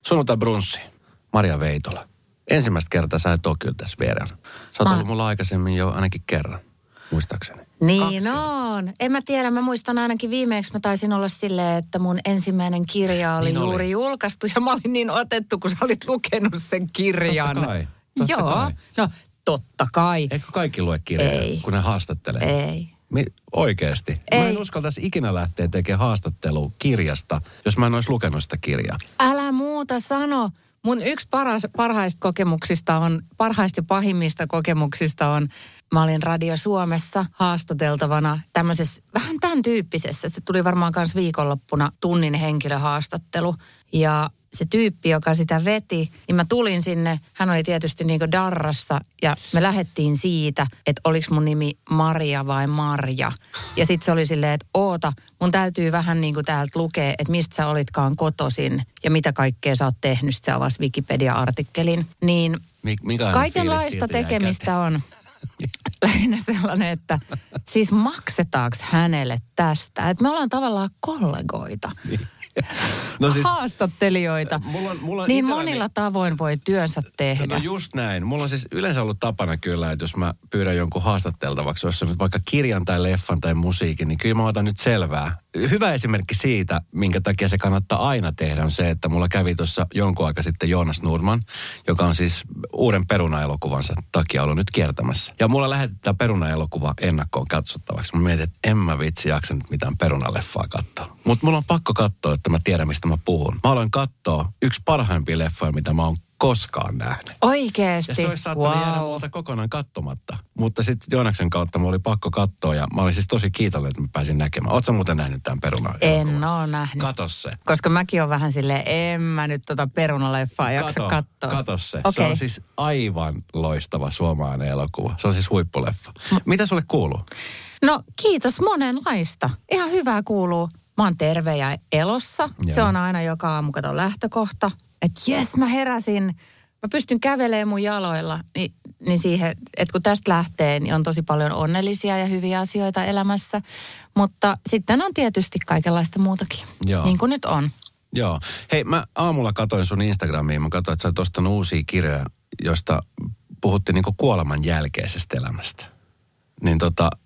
Sunnuntai brunssi. Maria Veitola. Ensimmäistä kertaa sä et ole kyllä tässä vierellä. Sä oot ollut mulla aikaisemmin jo ainakin kerran, muistaakseni. Niin on. En mä tiedä, mä muistan ainakin viimeksi mä taisin olla silleen, että mun ensimmäinen kirja oli juuri julkaistu ja mä olin niin otettu, kun sä olit lukenut sen kirjan. Totta kai. Joo. No, totta kai. Eikö kaikki lue kirjoja, kun ne haastattelee? Ei. Oikeesti. Mä en uskaltaisi ikinä lähteä tekemään haastattelua kirjasta, jos mä en olisi lukenut sitä kirjaa. Älä muuta sano. Mun yksi parhaista ja pahimmista kokemuksista on, mä olin Radio Suomessa haastateltavana tämmöisessä, vähän tämän tyyppisessä. Se tuli varmaan myös viikonloppuna tunnin henkilöhaastattelu. Ja se tyyppi, joka sitä veti, niin mä tulin sinne, hän oli tietysti niin kuin darrassa ja me lähdettiin siitä, että oliks mun nimi Maria vai Marja. Ja sitten se oli silleen, että oota, mun täytyy vähän niin kuin täältä lukea, että mistä sä olitkaan kotoisin ja mitä kaikkea sä oot tehnyt. Sitten se avasi Wikipedia-artikkelin. Niin kaikenlaista tekemistä on. Lähinnä sellainen, että siis maksetaanko hänelle tästä? Että me ollaan tavallaan kollegoita. No siis, haastattelijoita. Mulla niin monilla tavoin voi työnsä tehdä. No just näin. Mulla on siis yleensä ollut tapana kyllä, että jos mä pyydän jonkun haastatteltavaksi, jos on nyt vaikka kirjan tai leffan tai musiikin, niin kyllä mä otan nyt selvää. Hyvä esimerkki siitä, minkä takia se kannattaa aina tehdä, on se, että mulla kävi tuossa jonkun aika sitten Joonas Nurman, joka on siis uuden Peruna-elokuvansa takia ollut nyt kiertämässä. Ja mulla lähetetään Peruna-elokuva ennakkoon katsottavaksi. Mä mietin, että en mä vitsi jaksa nyt mitään Peruna-leffaa katsoa. Mutta mulla on pakko katsoa, että mä tiedän, mistä mä puhun. Mä aloin katsoa yksi parhaimpia leffoja, mitä mä oon koskaan nähnyt. Oikeesti? Ja se olisi saattanut jäädä multa kokonaan katsomatta. Mutta sitten Joonaksen kautta mulla oli pakko katsoa ja mä olin siis tosi kiitollinen, että mä pääsin näkemään. Ootko sä muuten nähnyt tämän Peruna-elokuvan? En oo nähnyt. Kato se. Koska mäkin oon vähän silleen, en mä nyt Peruna-leffaa jaksa katsoa. Kato se. Okay. Se on siis aivan loistava suomalainen elokuva. Se on siis huippuleffa. Mitä sulle kuuluu? No kiitos monenlaista. Ihan hyvää kuuluu. Mä oon terve ja elossa. Joo. Se on aina joka aamu katon lähtökohta. Että jes, mä heräsin. Mä pystyn kävelemään mun jaloilla. Niin siihen, että kun tästä lähtee, niin on tosi paljon onnellisia ja hyviä asioita elämässä. Mutta sitten on tietysti kaikenlaista muutakin. Joo. Niin kuin nyt on. Joo. Hei, mä aamulla katoin sun Instagramiin. Mä katsoin, että sä oot ostanut uusia kirjoja, joista puhuttiin niinku kuoleman jälkeisestä elämästä. Niin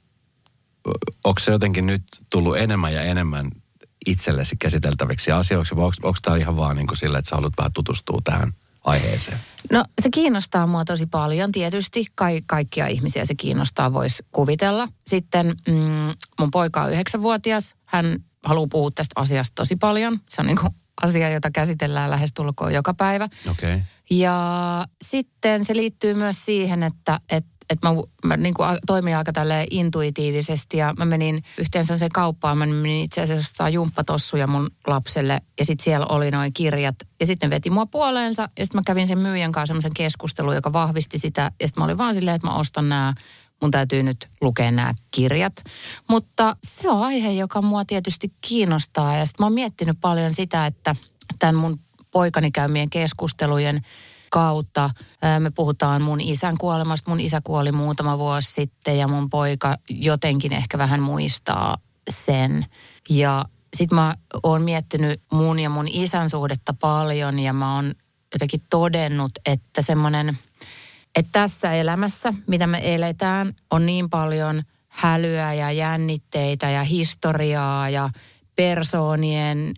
onko se jotenkin nyt tullut enemmän ja enemmän itsellesi käsiteltäviksi asioiksi, vai onko tämä ihan vaan niin kuin sillä, että sä haluat vähän tutustua tähän aiheeseen? No se kiinnostaa mua tosi paljon. Tietysti kaikkia ihmisiä se kiinnostaa, voisi kuvitella. Sitten mun poika on 9-vuotias. Hän haluaa puhua tästä asiasta tosi paljon. Se on niin kuin asia, jota käsitellään lähestulkoon joka päivä. Okay. Ja sitten se liittyy myös siihen, että mä niin kuin toimin aika tälleen intuitiivisesti ja mä menin yhteen sen kauppaan. Mä menin itse asiassa ostaa jumppatossuja mun lapselle ja sitten siellä oli noin kirjat. Ja sitten veti mua puoleensa ja sitten mä kävin sen myyjän kanssa semmoisen keskustelun, joka vahvisti sitä. Ja sitten mä olin vaan silleen, että mä ostan nämä, mun täytyy nyt lukea nämä kirjat. Mutta se on aihe, joka mua tietysti kiinnostaa ja sitten mä oon miettinyt paljon sitä, että tämän mun poikani käymien keskustelujen kautta. Me puhutaan mun isän kuolemasta. Mun isä kuoli muutama vuosi sitten ja mun poika jotenkin ehkä vähän muistaa sen. Ja sit mä oon miettinyt mun ja mun isän suhdetta paljon ja mä oon jotenkin todennut, että semmoinen, että tässä elämässä, mitä me eletään, on niin paljon hälyä ja jännitteitä ja historiaa ja persoonien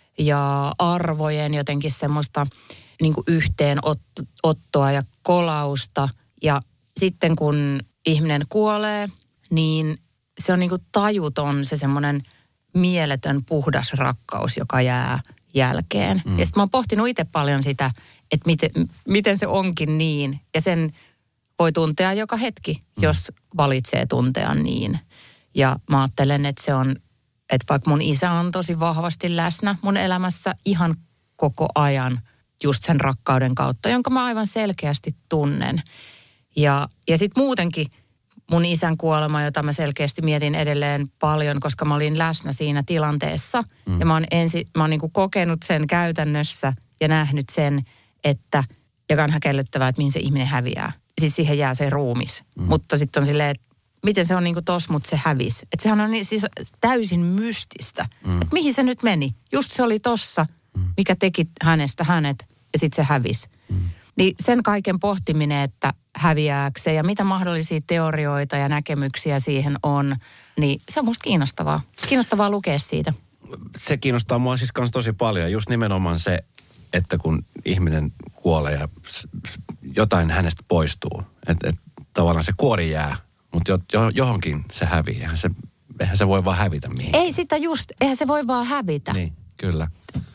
ja arvojen jotenkin semmoista niin kuin yhteenottoa ja kolausta. Ja sitten kun ihminen kuolee, niin se on niin kuin tajuton se semmoinen mieletön puhdas rakkaus, joka jää jälkeen. Ja sitten mä oon pohtinut itse paljon sitä, että miten se onkin niin. Ja sen voi tuntea joka hetki, jos valitsee tuntea niin. Ja mä ajattelen, että se on, että vaikka mun isä on tosi vahvasti läsnä mun elämässä ihan koko ajan, just sen rakkauden kautta, jonka mä aivan selkeästi tunnen. Ja sitten muutenkin mun isän kuolema, jota mä selkeästi mietin edelleen paljon, koska mä olin läsnä siinä tilanteessa. Ja mä oon niin kuin kokenut sen käytännössä ja nähnyt sen, että, joka on häkellyttävää, että mihin se ihminen häviää. Siis siihen jää se ruumis. Mutta sitten on silleen, että miten se on niin kuin tossa, mutta se hävisi. Että sehän on niin, siis täysin mystistä. Että mihin se nyt meni? Just se oli tossa, mikä teki hänestä hänet. ja sitten se hävisi. Niin sen kaiken pohtiminen, että häviääkö se ja mitä mahdollisia teorioita ja näkemyksiä siihen on, niin se on musta kiinnostavaa. Kiinnostavaa lukea siitä. Se kiinnostaa mua siis kanssa tosi paljon. Just nimenomaan se, että kun ihminen kuolee ja jotain hänestä poistuu. Että tavallaan se kuori jää, mutta johonkin se häviää. Eihän se voi vaan hävitä mihinkään. Ei sitä just, eihän se voi vaan hävitä. Niin, kyllä.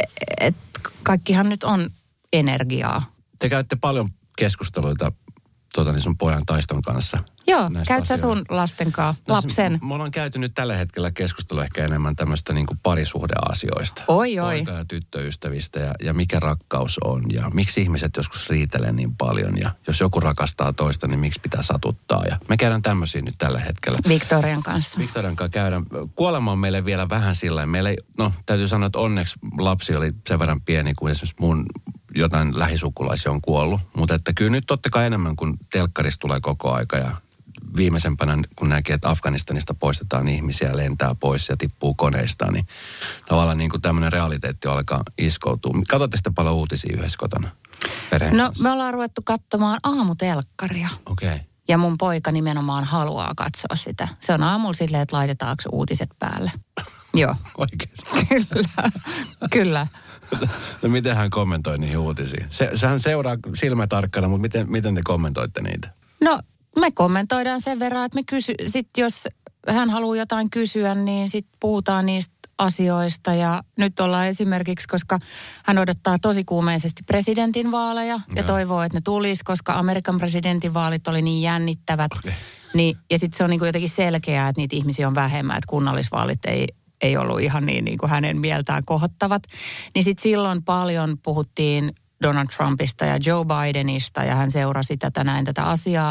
Kaikkihan nyt on energiaa. Te käytte paljon keskusteluita sun pojan Taiston kanssa. Joo, käyt sä sun lasten kanssa, lapsen? Me ollaan käyty nyt tällä hetkellä keskustelua ehkä enemmän tämmöistä niin kuin parisuhdeasioista. Oi. Poika- ja tyttöystävistä ja mikä rakkaus on ja miksi ihmiset joskus riitelee niin paljon. Ja jos joku rakastaa toista, niin miksi pitää satuttaa. Ja me käydään tämmöisiä nyt tällä hetkellä. Victorian kanssa. Victorian kanssa käydään. Kuolema on meille vielä vähän sillä. Meillä ei, täytyy sanoa, että onneksi lapsi oli sen verran pieni kuin esimerkiksi mun jotain lähisukulaisia on kuollut. Mutta että kyllä nyt totta kai enemmän kuin telkkarista tulee koko aika ja viimeisempänä, kun näkee, että Afganistanista poistetaan ihmisiä, lentää pois ja tippuu koneista, niin tavallaan niin kuin tämmöinen realiteetti alkaa iskoutua. Katsotte sitten paljon uutisia yhdessä kotona perheen kanssa? Me ollaan ruvettu katsomaan aamutelkkaria. Okei. Okay. Ja mun poika nimenomaan haluaa katsoa sitä. Se on aamulla silleen, että laitetaanko uutiset päälle. Joo. Oikeasti? Kyllä. No miten hän kommentoi niihin uutisiin? Sehän seuraa silmätarkkana, mutta miten te kommentoitte niitä? No me kommentoidaan sen verran, että sitten jos hän haluaa jotain kysyä, niin sitten puhutaan niistä asioista. Ja nyt ollaan esimerkiksi, koska hän odottaa tosi kuumeisesti presidentinvaaleja ja toivoo, että ne tulisi, koska Amerikan presidentinvaalit oli niin jännittävät. Okay. Niin, ja sitten se on niin kuin jotenkin selkeää, että niitä ihmisiä on vähemmän, että kunnallisvaalit ei ollut ihan niin kuin hänen mieltään kohottavat. Niin sitten silloin paljon puhuttiin Donald Trumpista ja Joe Bidenista ja hän seurasi tätä asiaa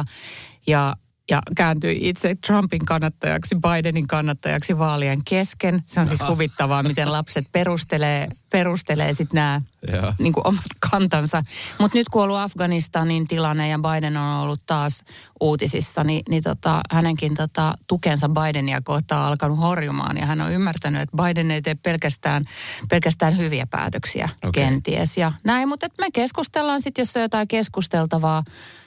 ja kääntyi itse Trumpin kannattajaksi, Bidenin kannattajaksi vaalien kesken. Se on siis huvittavaa, miten lapset perustelee sitten nämä niin kuin omat kantansa. Mutta nyt kun on ollut Afganistanin tilanne ja Biden on ollut taas uutisissa, niin hänenkin tukensa Bidenia kohtaan on alkanut horjumaan. Ja hän on ymmärtänyt, että Biden ei tee pelkästään hyviä päätöksiä kenties. Ja näin, mutta me keskustellaan sitten, jos on jotain keskusteltavaa.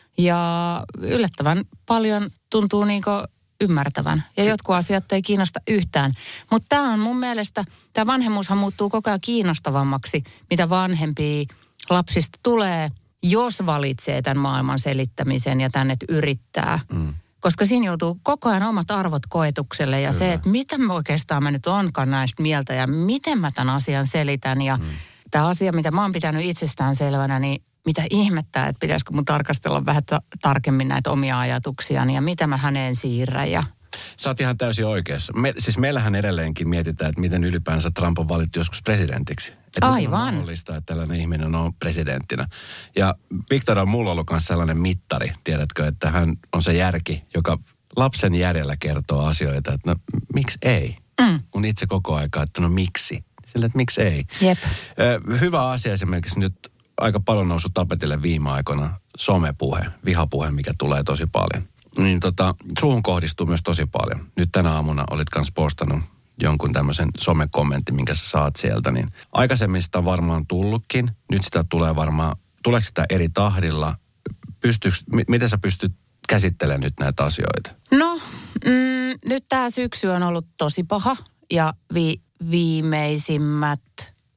Ja yllättävän paljon tuntuu niinku ymmärtävän. Ja jotkut asiat ei kiinnosta yhtään. Mutta tämä on mun mielestä, tämä vanhemmuushan muuttuu koko ajan kiinnostavammaksi, mitä vanhempia lapsista tulee, jos valitsee tämän maailman selittämisen ja tänne yrittää. Koska siinä joutuu koko ajan omat arvot koetukselle ja se, että mitä mä nyt onkaan näistä mieltä ja miten mä tämän asian selitän. Ja tämä asia, mitä mä oon pitänyt itsestään selvänä, niin mitä ihmettää, että pitäisikö mun tarkastella vähän tarkemmin näitä omia ajatuksiani ja mitä mä häneen siirrän. Sä oot ihan täysin oikeassa. Siis meillähän edelleenkin mietitään, että miten ylipäänsä Trump on valittu joskus presidentiksi. Että aivan. On mahdollista, että tällainen ihminen on presidenttinä. Ja Victor on mulla ollut myös sellainen mittari, tiedätkö, että hän on se järki, joka lapsen järjellä kertoo asioita, että no miksi ei? Kun itse koko aikaa, että no miksi? Sillä, että miksi ei? Jep. Hyvä asia esimerkiksi nyt aika paljon noussut tapetille viime aikoina somepuhe, vihapuhe, mikä tulee tosi paljon. Niin suhun kohdistuu myös tosi paljon. Nyt tänä aamuna olit kanssa postannut jonkun tämmöisen somekommentin, minkä sä saat sieltä. Niin aikaisemmin sitä on varmaan tullutkin. Nyt sitä tulee varmaan, tuleeko sitä eri tahdilla? Miten sä pystyt käsittelemään nyt näitä asioita? No, nyt tämä syksy on ollut tosi paha ja viimeisimmät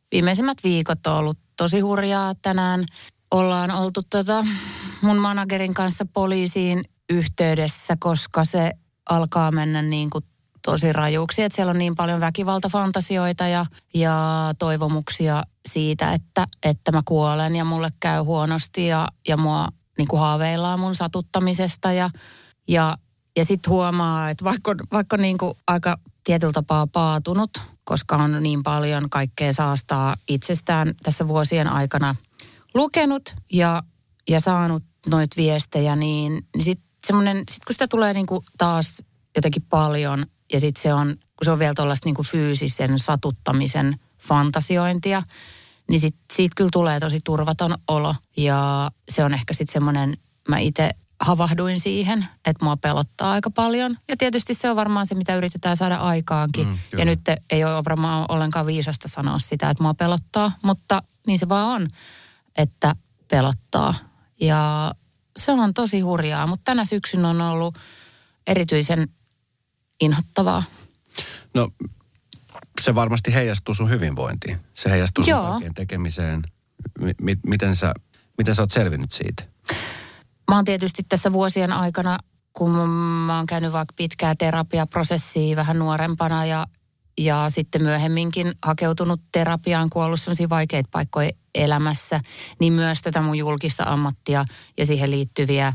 viikot on ollut tosi hurjaa. Tänään ollaan oltu mun managerin kanssa poliisiin yhteydessä, koska se alkaa mennä niin kuin tosi rajuksi. Että siellä on niin paljon väkivaltafantasioita ja toivomuksia siitä, että mä kuolen ja mulle käy huonosti ja mua niin kuin haaveillaan mun satuttamisesta. Ja sitten huomaa, että vaikka niin kuin aika tietyllä tapaa paatunut, koska on niin paljon kaikkea saastaa itsestään tässä vuosien aikana lukenut ja saanut noita viestejä, niin sitten kun sitä tulee niinku taas jotenkin paljon ja sitten kun se on vielä tuollaista niinku fyysisen satuttamisen fantasiointia, niin siitä kyllä tulee tosi turvaton olo ja se on ehkä sitten semmoinen, mä itse havahduin siihen, että mua pelottaa aika paljon. Ja tietysti se on varmaan se, mitä yritetään saada aikaankin. Ja nyt ei ole varmaan ollenkaan viisasta sanoa sitä, että mua pelottaa, mutta niin se vaan on. että pelottaa. Ja se on tosi hurjaa, mutta tänä syksyn on ollut erityisen inhottavaa. No, se varmasti heijastuu sun hyvinvointiin. Se heijastuu sun kaikkeen tekemiseen. Miten sä oot selvinnyt siitä? Mä oon tietysti tässä vuosien aikana, kun mä oon käynyt vaikka pitkää terapiaprosessia vähän nuorempana ja sitten myöhemminkin hakeutunut terapiaan, kun on ollut sellaisia vaikeita paikkoja elämässä, niin myös tätä mun julkista ammattia ja siihen liittyviä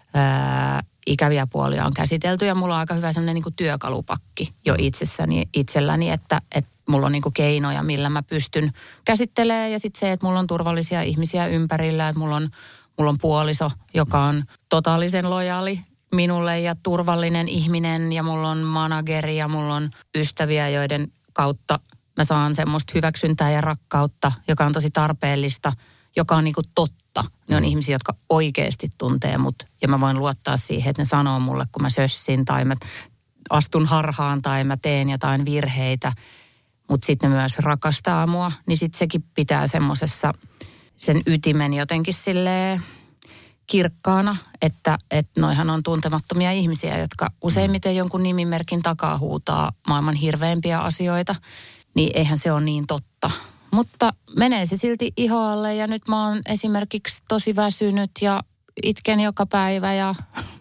ikäviä puolia on käsitelty. Ja mulla on aika hyvä sellainen niin kuin työkalupakki jo itselläni, että mulla on niin kuin keinoja, millä mä pystyn käsittelemään. Ja sitten se, että mulla on turvallisia ihmisiä ympärillä, että mulla on puoliso, joka on totaalisen lojaali minulle ja turvallinen ihminen. Ja mulla on manageri ja mulla on ystäviä, joiden kautta mä saan semmoista hyväksyntää ja rakkautta, joka on tosi tarpeellista, joka on niin kuin totta. Ne on ihmisiä, jotka oikeasti tuntee mut ja mä voin luottaa siihen, että ne sanoo mulle, kun mä sössin tai mä astun harhaan tai mä teen jotain virheitä. Mutta sitten ne myös rakastaa mua, niin sitten sekin pitää semmosessa sen ytimen jotenkin silleen kirkkaana, että noihan on tuntemattomia ihmisiä, jotka useimmiten jonkun nimimerkin takaa huutaa maailman hirveimpiä asioita, niin eihän se ole niin totta. Mutta menee se silti ihoalle ja nyt mä oon esimerkiksi tosi väsynyt ja itken joka päivä ja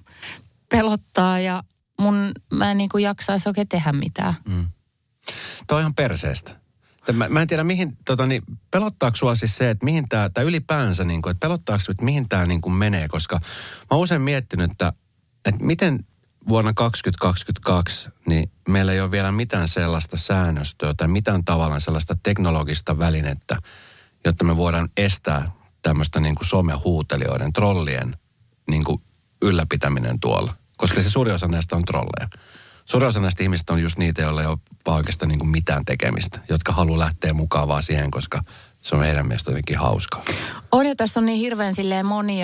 pelottaa ja mä en niin kuin jaksaisi oikein tehdä mitään. Toi on ihan perseestä. Mä en tiedä mihin, pelottaako sua siis se, että mihin tää ylipäänsä, niin kuin, että pelottaako, että mihin tää niin kuin menee, koska mä oon usein miettinyt, että miten vuonna 2022, niin meillä ei ole vielä mitään sellaista säännöstöä tai mitään tavallaan sellaista teknologista välinettä, jotta me voidaan estää tämmöistä niin kuin somehuutelijoiden, trollien niin kuin ylläpitäminen tuolla. Koska se suuri osa näistä on trolleja. Suuri osa näistä ihmistä on just niitä, joilla ei ole oikeastaan niin kuin mitään tekemistä, jotka haluaa lähteä mukaan vaan siihen, koska se on heidän mielestä jotenkin hauskaa. On ja tässä on niin hirveän silleen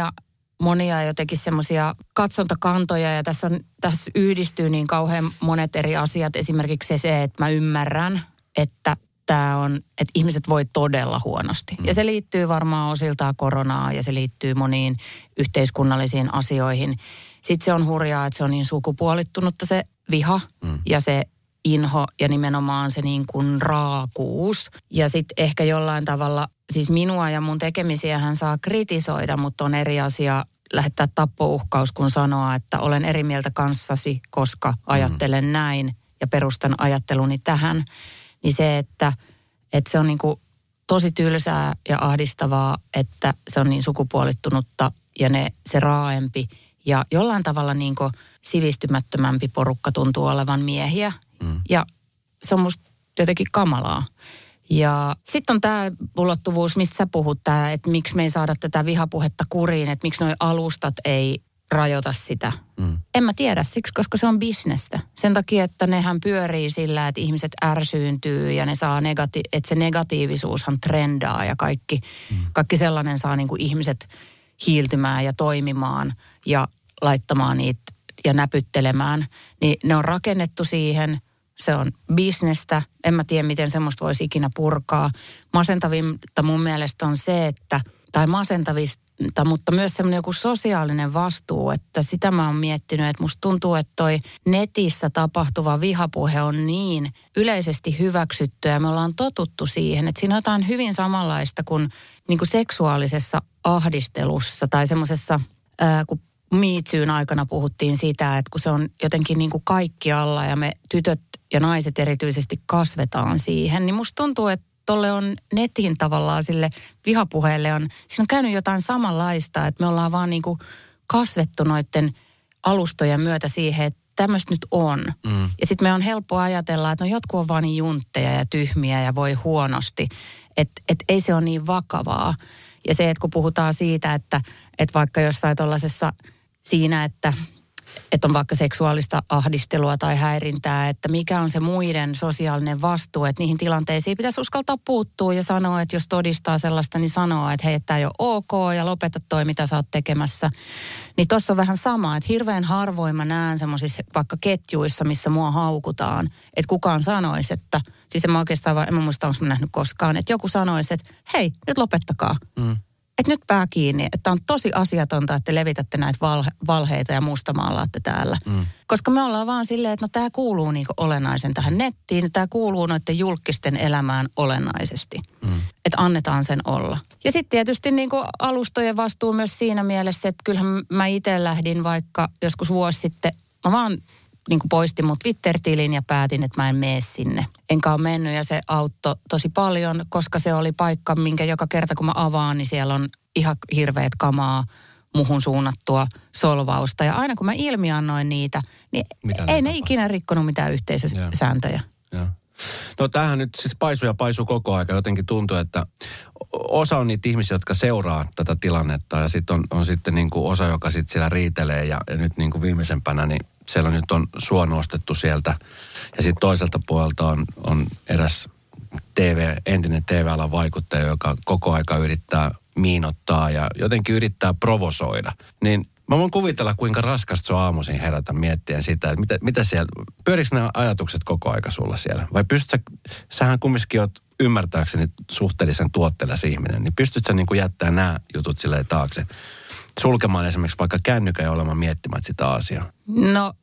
monia jotenkin semmoisia katsontakantoja ja tässä yhdistyy niin kauhean monet eri asiat. Esimerkiksi se, että mä ymmärrän, että että ihmiset voi todella huonosti. Ja se liittyy varmaan osiltaan koronaan ja se liittyy moniin yhteiskunnallisiin asioihin. Sitten se on hurjaa, että se on niin sukupuolittunutta se viha ja se inho ja nimenomaan se niin kuin raakuus. Ja sitten ehkä jollain tavalla, siis minua ja mun tekemisiä hän saa kritisoida, mutta on eri asia lähettää tappouhkaus, kun sanoa, että olen eri mieltä kanssasi, koska ajattelen näin ja perustan ajatteluni tähän. Niin se, että se on niin kuin tosi tylsää ja ahdistavaa, että se on niin sukupuolittunutta ja se raaempi ja jollain tavalla niin kuin sivistymättömämpi porukka tuntuu olevan miehiä. Ja se on musta jotenkin kamalaa. Ja sitten on tämä ulottuvuus, mistä sä puhut, että miksi me ei saada tätä vihapuhetta kuriin, että miksi noi alustat ei rajoita sitä. En mä tiedä siksi, koska se on bisnestä. Sen takia, että nehän pyörii sillä, että ihmiset ärsyyntyy ja ne saa että se negatiivisuushan trendaa ja kaikki sellainen saa niinku ihmiset hiiltymään ja toimimaan ja laittamaan niitä ja näpyttelemään. Niin ne on rakennettu siihen. Se on bisnestä. En mä tiedä, miten semmoista voisi ikinä purkaa. Masentavinta mun mielestä on se, tai masentavista, mutta myös semmoinen joku sosiaalinen vastuu, että sitä mä oon miettinyt, että musta tuntuu, että toi netissä tapahtuva vihapuhe on niin yleisesti hyväksyttyä ja me ollaan totuttu siihen, että siinä on jotain hyvin samanlaista kuin niinku seksuaalisessa ahdistelussa tai semmoisessa, kun Me Toon aikana puhuttiin sitä, että kun se on jotenkin niin kuin kaikkialla ja me tytöt ja naiset erityisesti kasvetaan siihen, niin musta tuntuu, että tolle on netin tavallaan sille vihapuheelle siinä on käynyt jotain samanlaista, että me ollaan vaan niin kuin kasvettu noiden alustojen myötä siihen, että tämmöistä nyt on. Ja sitten me on helppo ajatella, että no jotkut on vaan niin juntteja ja tyhmiä ja voi huonosti, että ei se ole niin vakavaa. Ja se, että kun puhutaan siitä, että vaikka jossain tuollaisessa siinä, että on vaikka seksuaalista ahdistelua tai häirintää, että mikä on se muiden sosiaalinen vastuu, että niihin tilanteisiin pitäisi uskaltaa puuttua ja sanoa, että jos todistaa sellaista, niin sanoa, että hei, tämä ei ole ok ja lopeta toi, mitä sä oot tekemässä. Niin tossa on vähän sama, että hirveän harvoin mä näen semmoisissa vaikka ketjuissa, missä mua haukutaan, että kukaan sanoisi, että, siis en mä oikeastaan, en mä muista, onko mä nähnyt koskaan, että joku sanoisi, että hei, nyt lopettakaa. että nyt pää kiinni, että on tosi asiatonta, että te levitätte näitä valheita ja mustamaalaatte täällä. Koska me ollaan vaan silleen, että no tämä kuuluu niinku olennaisen tähän nettiin, tämä kuuluu noiden julkisten elämään olennaisesti. Että annetaan sen olla. Ja sitten tietysti niinku alustojen vastuu myös siinä mielessä, että kyllähän mä itse lähdin vaikka joskus vuosi sitten, mä vaan niinku poistin mun Twitter-tilin ja päätin, että mä en mene sinne. Enkä ole mennyt ja se auttoi tosi paljon, koska se oli paikka, minkä joka kerta kun mä avaan, niin siellä on ihan hirveät kamaa, muhun suunnattua solvausta. Ja aina kun mä ilmiannoin niitä, niin ei ne ikinä rikkonut mitään yhteisösääntöjä. Ja. No tämähän nyt siis paisuu koko aika. Jotenkin tuntuu, että osa on niitä ihmisiä, jotka seuraa tätä tilannetta ja sitten on sitten niin kuin osa, joka sitten siellä riitelee ja nyt niin kuin viimeisempänä, niin siellä nyt on sua nostettu sieltä. Ja sitten toiselta puolelta on eräs entinen TV-alan vaikuttaja, joka koko aika yrittää miinottaa ja jotenkin yrittää provosoida. Niin mä voin kuvitella, kuinka raskasta se on aamuisin herätä miettien sitä, että mitä siellä, pyörikö nämä ajatukset koko aika sulla siellä? Vai sähän kumminkin oot ymmärtääkseni suhteellisen tuottelias ihminen, niin pystyt sä niin kuin jättämään nämä jutut silleen taakse? Sulkemaan esimerkiksi vaikka kännykän ja olemaan miettimään sitä asiaa? No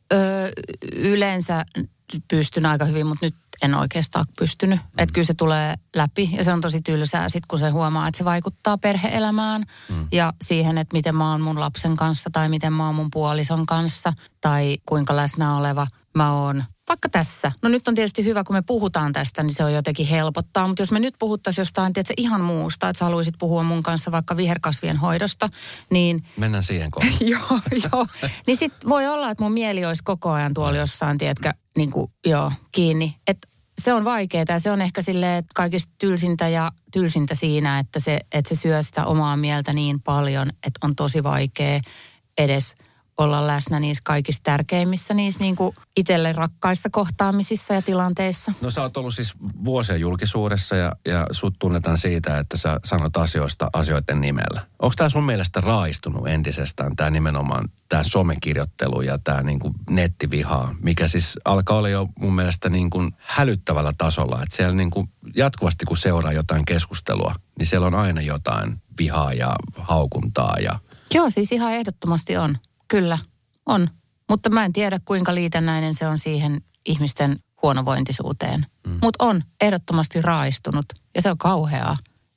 yleensä pystyn aika hyvin, mutta nyt en oikeastaan pystynyt. Että kyllä se tulee läpi ja se on tosi tylsää sit, kun se huomaa, että se vaikuttaa perhe-elämään ja siihen, että miten mä oon mun lapsen kanssa tai miten mä oon mun puolison kanssa tai kuinka läsnä oleva mä oon. Vaikka tässä. No nyt on tietysti hyvä, kun me puhutaan tästä, niin se on jotenkin helpottaa. Mutta jos me nyt puhuttaisiin jostain, tiedätkö, ihan muusta, että sä haluaisit puhua mun kanssa vaikka viherkasvien hoidosta, niin... Mennään siihen kohtaan. Joo. Niin sit voi olla, että mun mieli olisi koko ajan tuolla jossain, tiedätkö, niin kuin, kiinni. Että se on vaikeaa ja se on ehkä silleen kaikista tylsintä siinä, että se syö sitä omaa mieltä niin paljon, että on tosi vaikea edes olla läsnä niissä kaikista tärkeimmissä, niissä niin kuin itselle rakkaissa kohtaamisissa ja tilanteissa. No sä oot ollut siis vuosia julkisuudessa ja sut tunnetaan siitä, että sä sanot asioiden nimellä. Onko tää sun mielestä raaistunut entisestään tää nimenomaan tää somekirjoittelu ja tää niin kuin nettivihaa, mikä siis alkaa olla jo mun mielestä niin kuin hälyttävällä tasolla, että siellä niin kuin jatkuvasti kun seuraa jotain keskustelua, niin siellä on aina jotain vihaa ja haukuntaa ja... Joo, siis ihan ehdottomasti on. Kyllä, on. Mutta mä en tiedä, kuinka liitännäinen se on siihen ihmisten huonovointisuuteen. Mutta on ehdottomasti raaistunut ja se on kauheaa.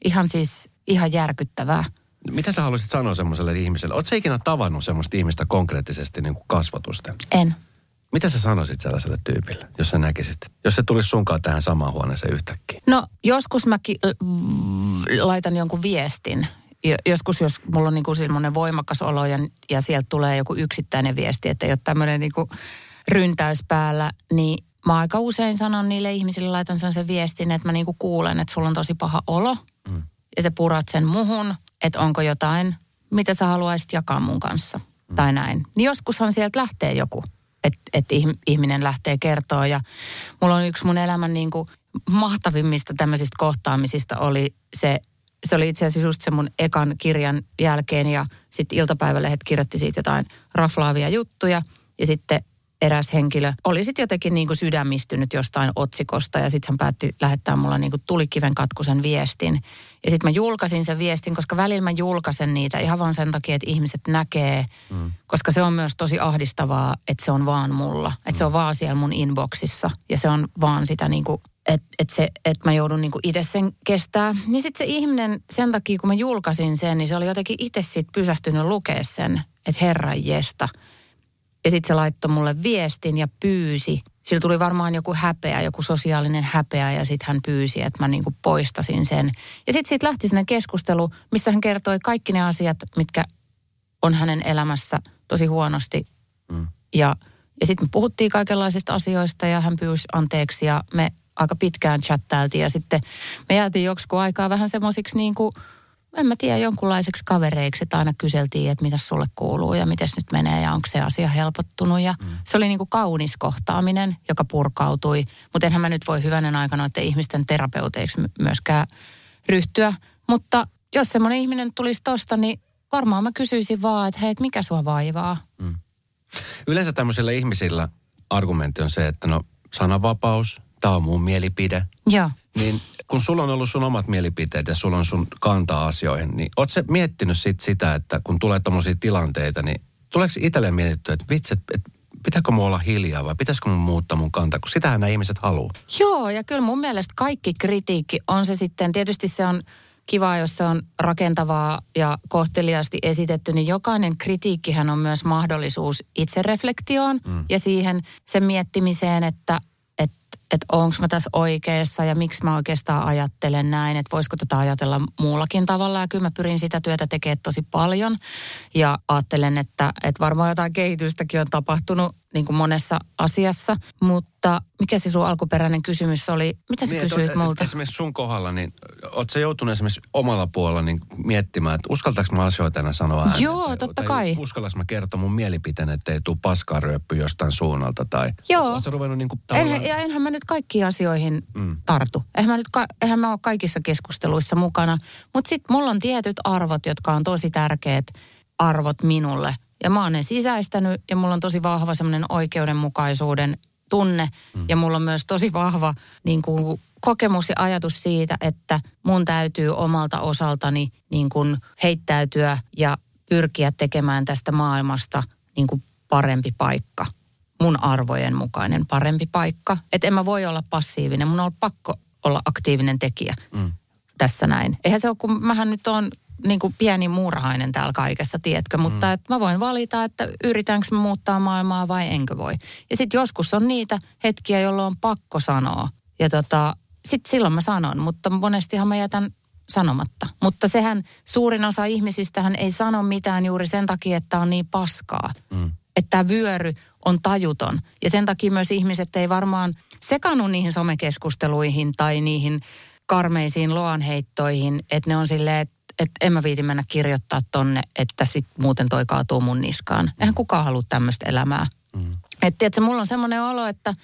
Ihan järkyttävää. Mitä sä haluaisit sanoa semmoiselle ihmiselle? Ootko sä ikinä tavannut semmoista ihmistä konkreettisesti niin kuin kasvatusten? En. Mitä sä sanoisit sellaiselle tyypille, jos sä näkisit? Jos se tulisi sunkaan tähän samaan huoneeseen yhtäkkiä? No joskus mäkin laitan jonkun viestin. Joskus, jos mulla on niinku semmoinen voimakas olo ja sieltä tulee joku yksittäinen viesti, että ei ole tämmöinen niinku ryntäys päällä, niin mä aika usein sanon niille ihmisille, laitan sen viestin, että mä niinku kuulen, että sulla on tosi paha olo ja sä purat sen muhun, että onko jotain, mitä sä haluaisit jakaa mun kanssa tai näin. Niin joskushan sieltä lähtee joku, että ihminen lähtee kertoa ja mulla on yksi mun elämän niinku mahtavimmista tämmöisistä kohtaamisista oli se oli itse asiassa just se mun ekan kirjan jälkeen ja sitten iltapäivälehdet kirjoitti siitä jotain raflaavia juttuja. Ja sitten eräs henkilö oli sitten jotenkin niin kuin sydämistynyt jostain otsikosta ja sitten hän päätti lähettää mulle niin kuin tulikiven katkuisen viestin. Ja sitten mä julkaisin sen viestin, koska välillä mä julkaisen niitä ihan vaan sen takia, että ihmiset näkee. Koska se on myös tosi ahdistavaa, että se on vaan mulla. Että se on vaan siellä mun inboxissa ja se on vaan sitä niin kuin... Että mä joudun niinku itse sen kestää. Niin sitten se ihminen, sen takia kun mä julkaisin sen, niin se oli jotenkin itse siitä pysähtynyt lukea sen, että herranjesta. Ja sitten se laittoi mulle viestin ja pyysi. Sillä tuli varmaan joku häpeä, joku sosiaalinen häpeä ja sitten hän pyysi, että mä niinku poistasin sen. Ja sitten siitä lähti sinne keskustelu, missä hän kertoi kaikki ne asiat, mitkä on hänen elämässä tosi huonosti. Ja sitten me puhuttiin kaikenlaisista asioista ja hän pyysi anteeksi ja me aika pitkään chattailtiin ja sitten me jäätiin joksikin aikaa vähän semmoisiksi niin kuin, en mä tiedä, jonkunlaiseksi kavereiksi, että aina kyseltiin, että mitä sulle kuuluu ja miten nyt menee ja onko se asia helpottunut. Ja se oli niin kuin kaunis kohtaaminen, joka purkautui, mutta enhän mä nyt voi hyvänen aikana noiden ihmisten terapeuteiksi myöskään ryhtyä. Mutta jos semmoinen ihminen tulisi tosta, niin varmaan mä kysyisin vaan, että hei, mikä sua vaivaa? Yleensä tämmöisillä ihmisillä argumentti on se, että no sananvapaus, tämä on mun mielipide. Joo. Niin kun sulla on ollut sun omat mielipiteet ja sulla on sun kanta asioihin, niin oot sä miettinyt sitä, että kun tulee tommosia tilanteita, niin tuleeko itselleen mietitty, että vitsi, että pitääkö mun olla hiljaa vai pitäisikö mun muuttaa mun kantaa, kun sitähän nämä ihmiset haluaa. Joo, ja kyllä mun mielestä kaikki kritiikki on se sitten, tietysti se on kiva, jos se on rakentavaa ja kohteliaasti esitetty, niin jokainen kritiikkihän on myös mahdollisuus itsereflektioon ja siihen sen miettimiseen, että onko mä tässä oikeassa ja miksi mä oikeastaan ajattelen näin, että voisiko tätä ajatella muullakin tavalla. Ja kyllä mä pyrin sitä työtä tekemään tosi paljon ja ajattelen, että varmaan jotain kehitystäkin on tapahtunut niin kuin monessa asiassa, mutta mikä se sun alkuperäinen kysymys oli? Mitä sä kysyit multa? Esimerkiksi sun kohdalla, niin oot sä joutunut esimerkiksi omalla puolella niin miettimään, että uskaltaako mä asioita enää sanoa ääneen? Joo, totta kai. Uskallanko mä kertoa mun mielipiteen, ettei tule paskaa ryöppy jostain suunnalta? Tai joo. Oot sä ruvennut niin kuin enhän mä nyt kaikkiin asioihin tartu. Eihän mä ole kaikissa keskusteluissa mukana. Mutta sitten mulla on tietyt arvot, jotka on tosi tärkeät arvot minulle. Ja mä oon ne sisäistänyt ja mulla on tosi vahva semmoinen oikeudenmukaisuuden tunne. Ja mulla on myös tosi vahva niin kuin kokemus ja ajatus siitä, että mun täytyy omalta osaltani niin kuin heittäytyä ja pyrkiä tekemään tästä maailmasta niin kuin parempi paikka. Mun arvojen mukainen parempi paikka. Että en mä voi olla passiivinen. Mun on pakko olla aktiivinen tekijä tässä näin. Eihän se ole, kun mähän nyt on niin kuin pieni muurahainen täällä kaikessa, tiedätkö? Mutta että mä voin valita, että yritänkö mä muuttaa maailmaa vai enkö voi. Ja sitten joskus on niitä hetkiä, jolloin on pakko sanoa. Ja sitten silloin mä sanon, mutta monestihan mä jätän sanomatta. Mutta sehän suurin osa ihmisistähän ei sano mitään juuri sen takia, että on niin paskaa. Että tämä vyöry on tajuton. Ja sen takia myös ihmiset ei varmaan sekannut niihin somekeskusteluihin tai niihin karmeisiin loanheittoiin, että ne on silleen, että en mä viiti mennä kirjoittaa tonne, että sit muuten toi kaatuu mun niskaan. Eihän kukaan halua tämmöistä elämää. Että tiedätkö, mulla on semmoinen olo, että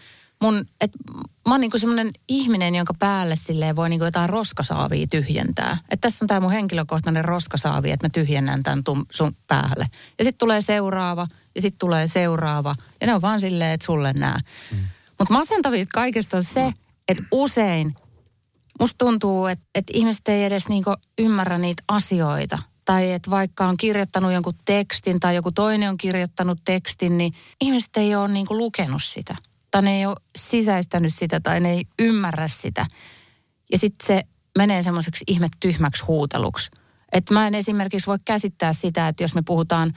mä oon niinku semmoinen ihminen, jonka päälle silleen voi niinku jotain roskasaavia tyhjentää. Että tässä on tää mun henkilökohtainen roskasaavi, että mä tyhjennän tämän sun päälle. Ja sitten tulee seuraava, ja sitten tulee seuraava. Ja ne on vaan silleen, että sulle nää. Mutta masentavista kaikesta on se, että usein musta tuntuu, että ihmiset ei edes niinku ymmärrä niitä asioita. Tai että vaikka on kirjoittanut jonkun tekstin tai joku toinen on kirjoittanut tekstin, niin ihmiset ei ole niinku lukenut sitä. Tai ne ei ole sisäistänyt sitä tai ne ei ymmärrä sitä. Ja sitten se menee semmoiseksi ihme tyhmäksi huuteluksi. Että mä en esimerkiksi voi käsittää sitä, että jos me puhutaan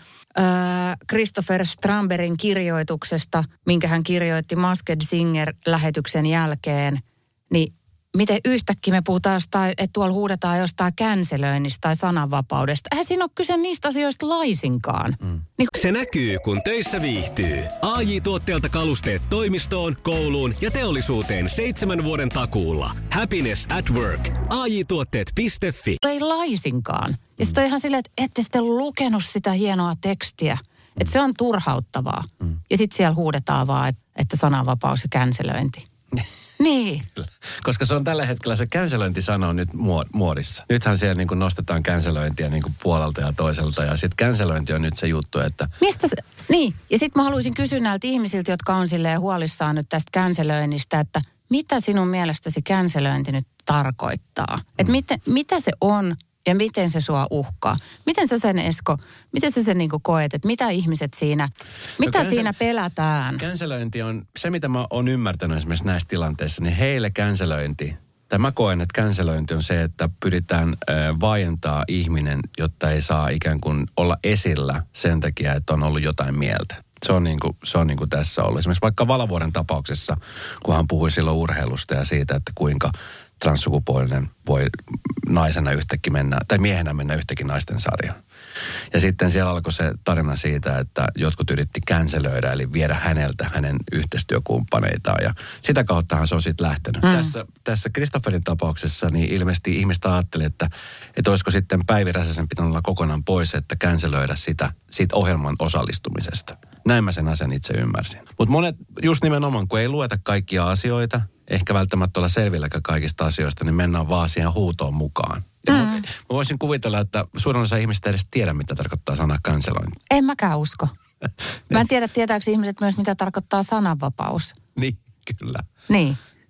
Christopher Strambergin kirjoituksesta, minkä hän kirjoitti Masked Singer-lähetyksen jälkeen, niin miten yhtäkkiä me puhutaan jostain, että tuolla huudetaan jostain känselöinnistä tai sananvapaudesta. Eihän siinä ole kyse niistä asioista laisinkaan. Se näkyy, kun töissä viihtyy. AJ-tuotteelta kalusteet toimistoon, kouluun ja teollisuuteen 7 vuoden takuulla. Happiness at work. AJ-tuotteet.fi. Ei laisinkaan. Ja sitten on ihan silleen, että ette sitten lukenut sitä hienoa tekstiä. Että se on turhauttavaa. Ja sitten siellä huudetaan vaan, että sananvapaus ja känselöinti. Niin. Koska se on tällä hetkellä, se känselöinti-sana on nyt muodissa. Nythän siellä niin kuin nostetaan känselöintiä niin kuin puolelta ja toiselta. Ja sitten känselöinti on nyt se juttu, että... Mistä se... Niin. Ja sitten mä haluaisin kysyä näiltä ihmisiltä, jotka on silleen huolissaan nyt tästä känselöinnistä, että mitä sinun mielestäsi känselöinti nyt tarkoittaa? Että mitä se on ja miten se sua uhkaa? Miten sä sen, Esko, miten sä sen niin kuin koet, että mitä ihmiset siinä, mitä siinä pelätään? Känselöinti on, se mitä mä oon ymmärtänyt esimerkiksi näissä tilanteissa, niin heille känselöinti, tai mä koen, että känselöinti on se, että pyritään vaientaa ihminen, jotta ei saa ikään kuin olla esillä sen takia, että on ollut jotain mieltä. Se on niin kuin tässä ollut. Esimerkiksi vaikka Valavuoren tapauksessa, kun hän puhui silloin urheilusta ja siitä, että kuinka transsukupuolinen voi naisena yhtäkkiä mennä, tai miehenä mennä yhtäkkiä naisten sarjaan. Ja sitten siellä alkoi se tarina siitä, että jotkut yritti känselöidä, eli viedä häneltä hänen yhteistyökumppaneitaan. Ja sitä kauttahan se on sitten lähtenyt. Tässä Christopherin tapauksessa niin ilmeisesti ihmistä ajatteli, että olisiko sitten Päivi Räsäsen pitänyt olla kokonaan pois, että känselöidä siitä ohjelman osallistumisesta. Näin mä sen asian itse ymmärsin. Mutta monet, just nimenomaan, kun ei lueta kaikkia asioita, ehkä välttämättä olla selvilläkään kaikista asioista, niin mennään vaan siihen huutoon mukaan. Mä voisin kuvitella, että suurin osa ihmistä edes tiedä, mitä tarkoittaa sana kanselointi. En mäkään usko. Mä en tiedä, tietääkö ihmiset myös, mitä tarkoittaa sananvapaus. Niin, kyllä. Niin.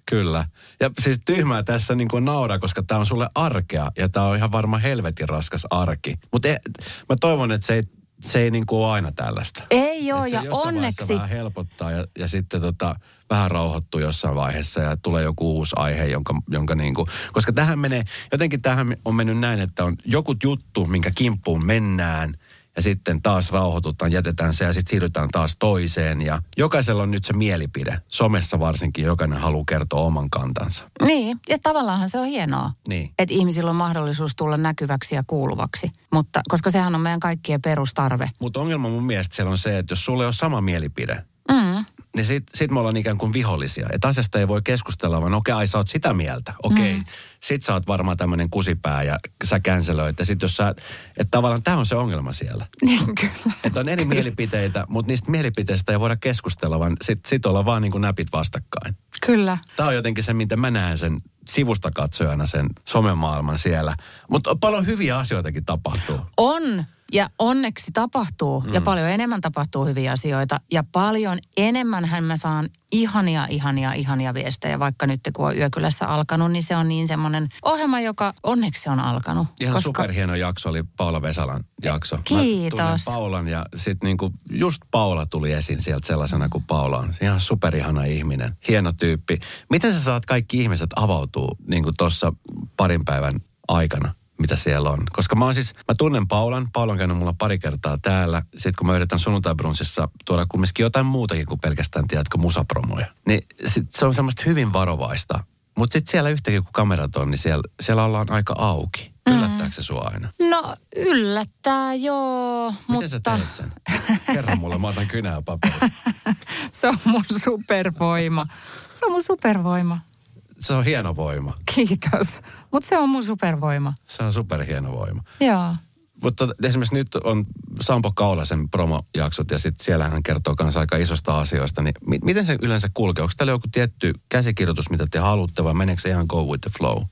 Kyllä. Ja siis tyhmää tässä niin kuin nauraa, koska tämä on sulle arkea ja tämä on ihan varmaan helvetin raskas arki. Mutta mä toivon, että se ei niin kuin ole aina tällaista. Ei ole, ja onneksi. Vähän helpottaa ja sitten vähän rauhoittuu jossain vaiheessa ja tulee joku uusi aihe, jonka niin kuin, koska tähän on mennyt näin, että on joku juttu, minkä kimppuun mennään ja sitten taas rauhoitutaan, jätetään se ja sitten siirrytään taas toiseen ja jokaisella on nyt se mielipide. Somessa varsinkin jokainen haluaa kertoa oman kantansa. Niin, ja tavallaanhan se on hienoa, niin. Että ihmisillä on mahdollisuus tulla näkyväksi ja kuuluvaksi, mutta koska sehän on meidän kaikkien perustarve. Mutta ongelma mun mielestä siellä on se, että jos sulla ei ole sama mielipide, niin sit me ollaan ikään kuin vihollisia. Että asiasta ei voi keskustella, vaan okei, sä oot sitä mieltä. Okei, sit sä oot varmaan tämmöinen kusipää ja sä känselöit. Ja sit jos sä, että tavallaan tää on se ongelma siellä. Niin kyllä. Että on eri mielipiteitä, mutta niistä mielipiteistä ei voida keskustella, vaan sit ollaan vaan niin kuin näpit vastakkain. Kyllä. Tää on jotenkin se, mitä mä näen sen sivusta katsojana sen somemaailman siellä. Mutta paljon hyviä asioitakin tapahtuu. On. Ja onneksi tapahtuu, ja paljon enemmän tapahtuu hyviä asioita, ja paljon enemmänhän mä saan ihania viestejä, vaikka nyt kun on Yökylässä alkanut, niin se on niin semmoinen ohjelma, joka onneksi on alkanut. Ihan superhieno jakso oli Paula Vesalan jakso. Kiitos. Mä tunnen Paulan ja sitten niinku just Paula tuli esiin sieltä sellaisena kuin Paula on. Ihan superihana ihminen, hieno tyyppi. Miten sä saat kaikki ihmiset avautuu niinku tuossa parin päivän aikana? Mitä siellä on. Koska mä tunnen Paulan. Paula on käynyt mulla pari kertaa täällä. Sitten kun mä yritän sunnuntai-brunssissa tuoda kumminkin jotain muutakin kuin pelkästään, tiedätkö, musapromoja. Niin se on semmoista hyvin varovaista. Mutta sitten siellä yhtäkin kun kamerat on, niin siellä ollaan aika auki. Yllättääkö se sua aina? No yllättää, joo. Miten sä teet sen? Kerro mulle, mä otan kynää paperia. Se on mun supervoima. Se on hieno voima. Kiitos. Mutta se on mun supervoima. Se on superhieno voima. Joo. Mutta esimerkiksi nyt on Sampo Kaulasen promojaksot ja sitten siellä hän kertoo kanssa aika isosta asioista. Niin miten se yleensä kulkee? Onko täällä joku tietty käsikirjoitus, mitä te haluatte vai meneekö se ihan go with the flow?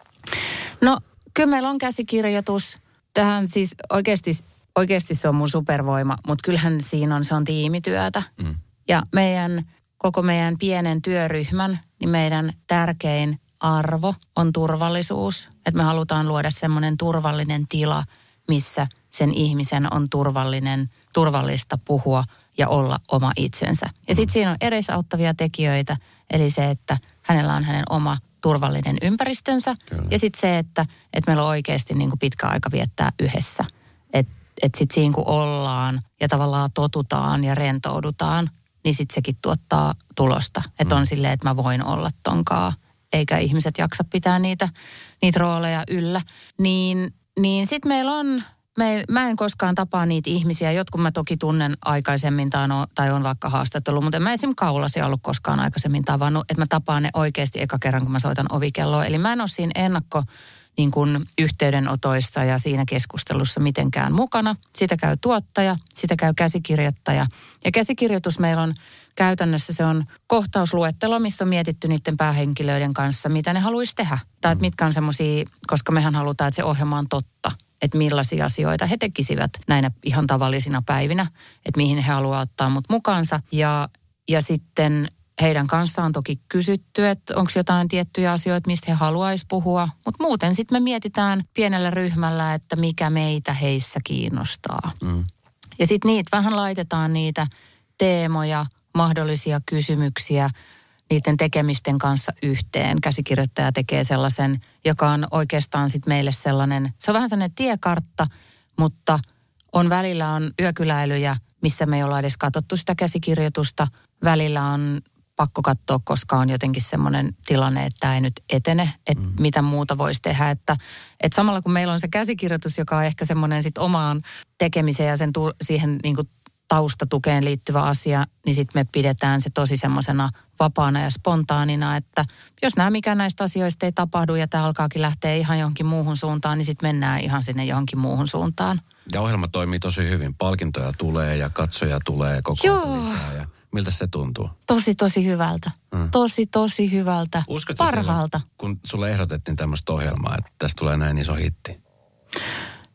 No kyllä meillä on käsikirjoitus. Tähän siis oikeasti se on mun supervoima, mutta kyllähän siinä se on tiimityötä. Ja koko meidän pienen työryhmän, niin meidän tärkein arvo on turvallisuus. Että me halutaan luoda semmoinen turvallinen tila, missä sen ihmisen on turvallista puhua ja olla oma itsensä. Ja sitten siinä on edesauttavia tekijöitä, eli se, että hänellä on hänen oma turvallinen ympäristönsä. Kyllä. Ja sitten se, että meillä on oikeasti niin kuin pitkä aika viettää yhdessä. Että sitten siinä kun ollaan ja tavallaan totutaan ja rentoudutaan, niin sitten sekin tuottaa tulosta. Että on silleen, että mä voin olla tonkaan, eikä ihmiset jaksa pitää niitä rooleja yllä. Niin sitten meillä on, mä en koskaan tapaa niitä ihmisiä. Jotkut mä toki tunnen aikaisemmin tai on vaikka haastattelua, mutta en mä esimerkiksi Kaulasia ollut koskaan aikaisemmin tavannut. Että mä tapaan ne oikeasti eka kerran, kun mä soitan ovikelloa. Eli mä en ole siinä niin kuin yhteydenotoissa ja siinä keskustelussa mitenkään mukana. Sitä käy tuottaja, sitä käy käsikirjoittaja. Ja käsikirjoitus meillä on käytännössä se on kohtausluettelo, missä on mietitty niiden päähenkilöiden kanssa, mitä ne haluaisi tehdä. Tai että mitkä on semmoisia, koska mehän halutaan, että se ohjelma on totta. Että millaisia asioita he tekisivät näinä ihan tavallisina päivinä. Että mihin he haluavat ottaa mut mukaansa. Ja sitten heidän kanssaan on toki kysytty, että onko jotain tiettyjä asioita, mistä he haluaisi puhua. Mutta muuten sitten me mietitään pienellä ryhmällä, että mikä meitä heissä kiinnostaa. Ja sitten niitä vähän laitetaan niitä teemoja, mahdollisia kysymyksiä niiden tekemisten kanssa yhteen. Käsikirjoittaja tekee sellaisen, joka on oikeastaan sitten meille sellainen, se on vähän sellainen tiekartta, mutta välillä on yökyläilyjä, missä me ei olla edes katsottu sitä käsikirjoitusta. Välillä on pakko katsoa, koska on jotenkin semmoinen tilanne, että tämä ei nyt etene, että mitä muuta voisi tehdä. Että samalla kun meillä on se käsikirjoitus, joka on ehkä semmoinen sitten omaan tekemiseen ja siihen niin kuin taustatukeen liittyvä asia, niin sitten me pidetään se tosi semmoisena vapaana ja spontaanina, että jos mikään näistä asioista ei tapahdu ja tämä alkaakin lähteä ihan johonkin muuhun suuntaan, niin sitten mennään ihan sinne johonkin muuhun suuntaan. Ja ohjelma toimii tosi hyvin. Palkintoja tulee ja katsoja tulee koko ajan lisää. Ja miltä se tuntuu? Tosi hyvältä. Tosi hyvältä. Uskotko parhaalta silloin, kun sulle ehdotettiin tämmöistä ohjelmaa, että tästä tulee näin iso hitti?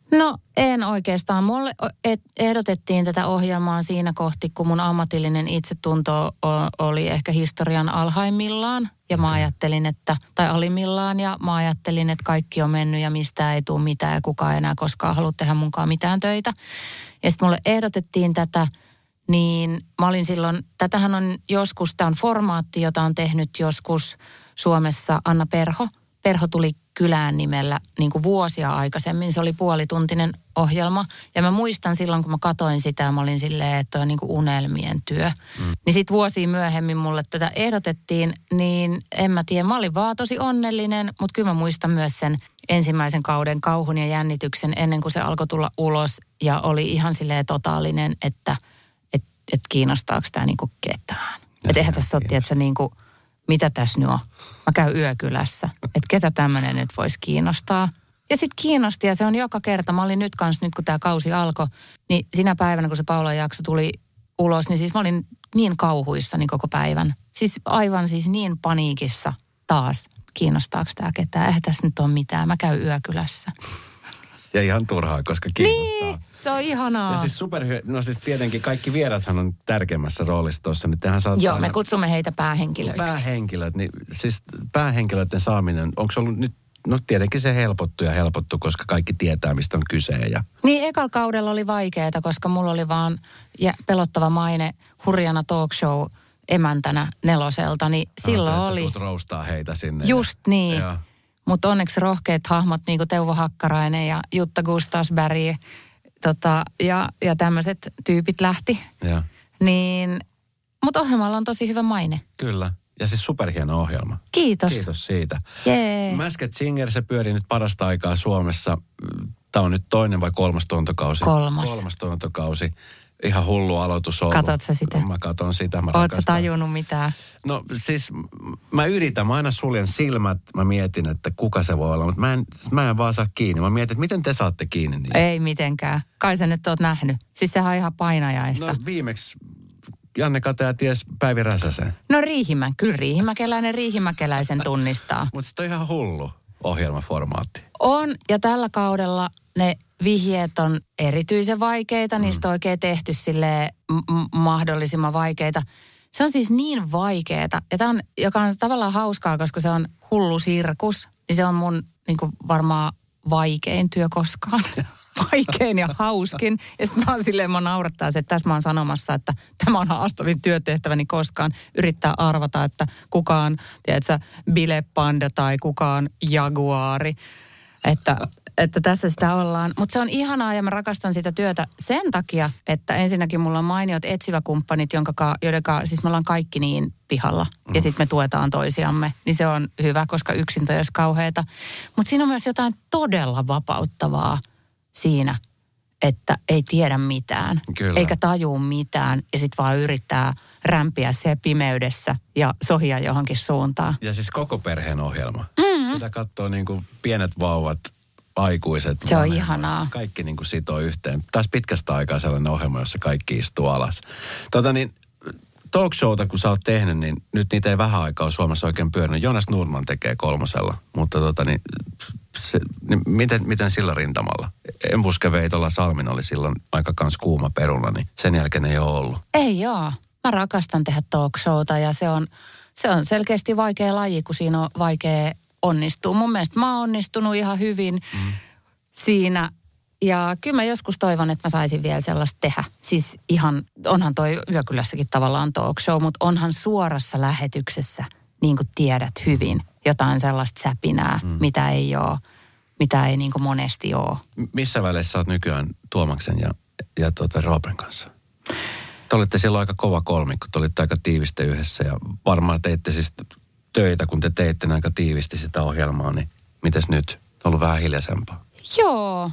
No en oikeastaan. Mulle ehdotettiin tätä ohjelmaa siinä kohti, kun mun ammatillinen itsetunto oli ehkä historian alhaimmillaan. Ja mä ajattelin, tai alimmillaan, ja mä ajattelin, että kaikki on mennyt ja mistään ei tule mitään ja kukaan ei enää koskaan halua tehdä munkaan mitään töitä. Ja sitten mulle ehdotettiin tätä, niin mä olin silloin, tätähän on joskus, tämä on formaatti, jota on tehnyt joskus Suomessa Anna Perho. Perho tuli kylään nimellä niin kuin vuosia aikaisemmin. Se oli puolituntinen ohjelma. Ja mä muistan silloin, kun mä katoin sitä, mä olin silleen, että on niin kuin unelmien työ. Niin sit vuosia myöhemmin mulle tätä ehdotettiin, niin en mä tiedä. Mä olin vaan tosi onnellinen, mutta kyllä mä muistan myös sen ensimmäisen kauden kauhun ja jännityksen ennen kuin se alkoi tulla ulos. Ja oli ihan silleen totaalinen, että kiinnostaako tämä niin kuin ketään. Että eihän tässä ole, että niin kuin mitä tässä nyt on? Mä käyn yökylässä. Että ketä tämmöinen nyt voisi kiinnostaa. Ja sitten kiinnosti ja se on joka kerta. Mä olin nyt kun tämä kausi alkoi, niin sinä päivänä kun se Paulan jakso tuli ulos, niin siis mä olin niin kauhuissani koko päivän. Siis aivan siis niin paniikissa taas. Kiinnostaako tämä ketään? Eihän tässä nyt ole mitään. Mä käyn yökylässä. Ja ihan turhaa, koska kiinnostaa. Niin, se on ihanaa. Ja siis no siis tietenkin kaikki vierathan on tärkeimmässä roolissa tuossa. Nyt tehän saattaa... Joo, me kutsumme heitä päähenkilöiksi. Päähenkilöt, niin siis päähenkilöiden saaminen, onko se ollut nyt, no tietenkin se helpottu, koska kaikki tietää, mistä on kyse. Ja... Niin, ekalla kaudella oli vaikeaa, koska mulla oli vaan pelottava maine hurjana talk show emäntänä Neloselta, niin silloin oli... Että sä roustaa heitä sinne. Just niin. Ja... Mutta onneksi rohkeat hahmot, niin kuin Teuvo Hakkarainen ja Jutta Gustafsberg ja tämmöiset tyypit lähti. Ja. Niin, mutta ohjelmalla on tosi hyvä maine. Kyllä. Ja siis superhieno ohjelma. Kiitos. Kiitos siitä. Jee. Masked Singer, se pyörii nyt parasta aikaa Suomessa. Tämä on nyt 2. vai 3. tuotantokausi? 3. 3. tuotantokausi. Ihan hullu aloitus ollut. Katot sä sitä? Mä katon sitä. Oot sä tajunnut mitään? No siis mä aina suljen silmät, mä mietin, että kuka se voi olla, mutta mä en vaan saa kiinni. Mä mietin, että miten te saatte kiinni niistä? Ei mitenkään. Kai sä nyt oot nähnyt. Siis sehän on ihan painajaista. No viimeksi Janne Kataja ties Päivi Räsäsen. No kyllä riihimäkeläisen tunnistaa. Mutta sitten on ihan hullu ohjelmaformaatti. On, ja tällä kaudella ne vihjeet on erityisen vaikeita. Niistä on oikein tehty silleen mahdollisimman vaikeita. Se on siis niin vaikeeta, ja tämä on, joka on tavallaan hauskaa, koska se on hullu sirkus. Niin se on mun niin kuin varmaan vaikein työ koskaan. Vaikein ja hauskin. Ja sitten mä naurattaa se, että tässä mä oon sanomassa, että tämä on haastavin työtehtäväni koskaan. Yrittää arvata, että kuka on, tiedätkö, bilepanda tai kuka on jaguaari. Että tässä sitä ollaan. Mutta se on ihanaa ja mä rakastan sitä työtä sen takia, että ensinnäkin mulla on mainiot etsiväkumppanit, siis me ollaan kaikki niin pihalla. Ja sitten me tuetaan toisiamme. Niin se on hyvä, koska yksin toi olisi kauheata. Mutta siinä on myös jotain todella vapauttavaa siinä, että ei tiedä mitään. Kyllä. Eikä tajuu mitään. Ja sitten vaan yrittää rämpiä se pimeydessä ja sohia johonkin suuntaan. Ja siis koko perheen ohjelma. Sitä katsoo niin kuin pienet vauvat, aikuiset. Se on ihanaa. Kaikki niin kuin sitoo yhteen. Taas pitkästä aikaa sellainen ohjelma, jossa kaikki istuu alas. Talk showta, kun sä oot tehnyt, niin nyt niitä ei vähän aikaa Suomessa oikein pyörinyt. Jonas Nordman tekee 3. Mutta miten sillä rintamalla? Embuske Veitola Salmin oli silloin aika kans kuuma peruna, niin sen jälkeen ei ole ollut. Ei joo. Mä rakastan tehdä talk showta ja se on selkeästi vaikea laji, kun siinä on vaikea onnistua. Mun mielestä mä oon onnistunut ihan hyvin siinä. Ja kyllä mä joskus toivon, että mä saisin vielä sellaista tehdä. Siis onhan toi Yökylässäkin tavallaan talk show, mutta onhan suorassa lähetyksessä, niin kuin tiedät hyvin, jotain sellaista säpinää, mitä ei ole, mitä ei niin kuin monesti ole. Missä väleissä sä oot nykyään Tuomaksen ja Roopen kanssa? Te olitte silloin aika kova kolmikko, te olitte aika tiivistä yhdessä ja varmaan teitte siis töitä, kun te teitte aika tiivisti sitä ohjelmaa, niin mites nyt? On ollut vähän hiljaisempaa. Joo.